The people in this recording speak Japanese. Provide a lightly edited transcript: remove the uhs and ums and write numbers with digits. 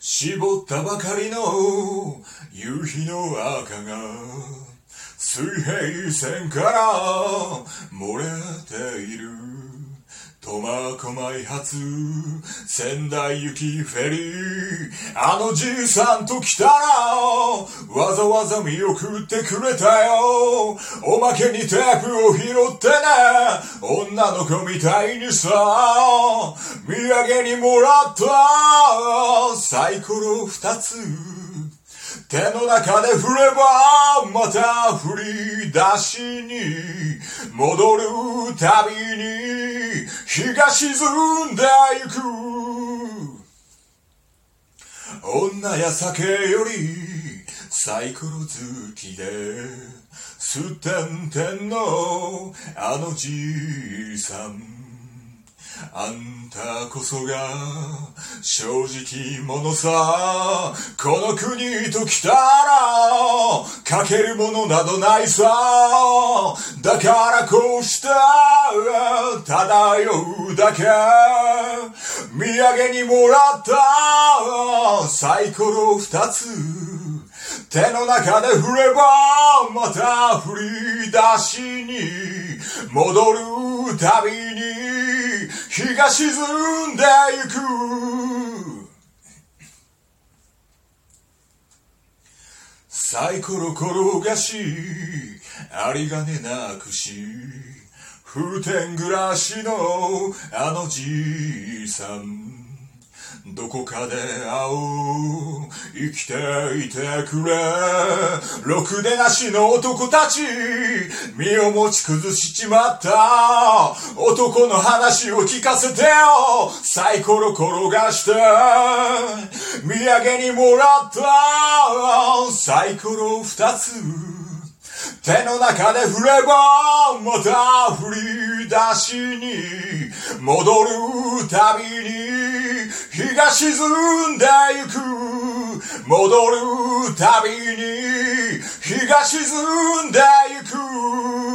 絞ったばかりの夕日の赤が水平線から漏れている。苫小牧発仙台行きフェリー、あのじいさんと来たらわざわざ見送ってくれたよ。おまけにテープを拾ってね、女の子みたいにさ、土産にもらったサイコロ2つ、手の中で振ればまた振り出しに戻るたびに日が沈んでゆく。女や酒よりサイコロ好きですってんてんのあのじいさん、あんたこそが正直者さ。この国と来たらかけるものなどないさ。だからこうして漂うだけ。土産にもらったサイコロ2つ、手の中で振ればまた振り出しに戻るたびに日が沈んでゆく。サイコロ転がし有り金なくし、風天暮らしのあのじいさん、どこかで会おう、生きていてくれ。ろくでなしの男たち、身を持ち崩しちまった男の話を聞かせてよ。サイコロ転がして土産にもらったサイコロ2つ、手の中で振ればまた振り出しに戻るたびに日が沈んでゆく。戻るたびに日が沈んでゆく。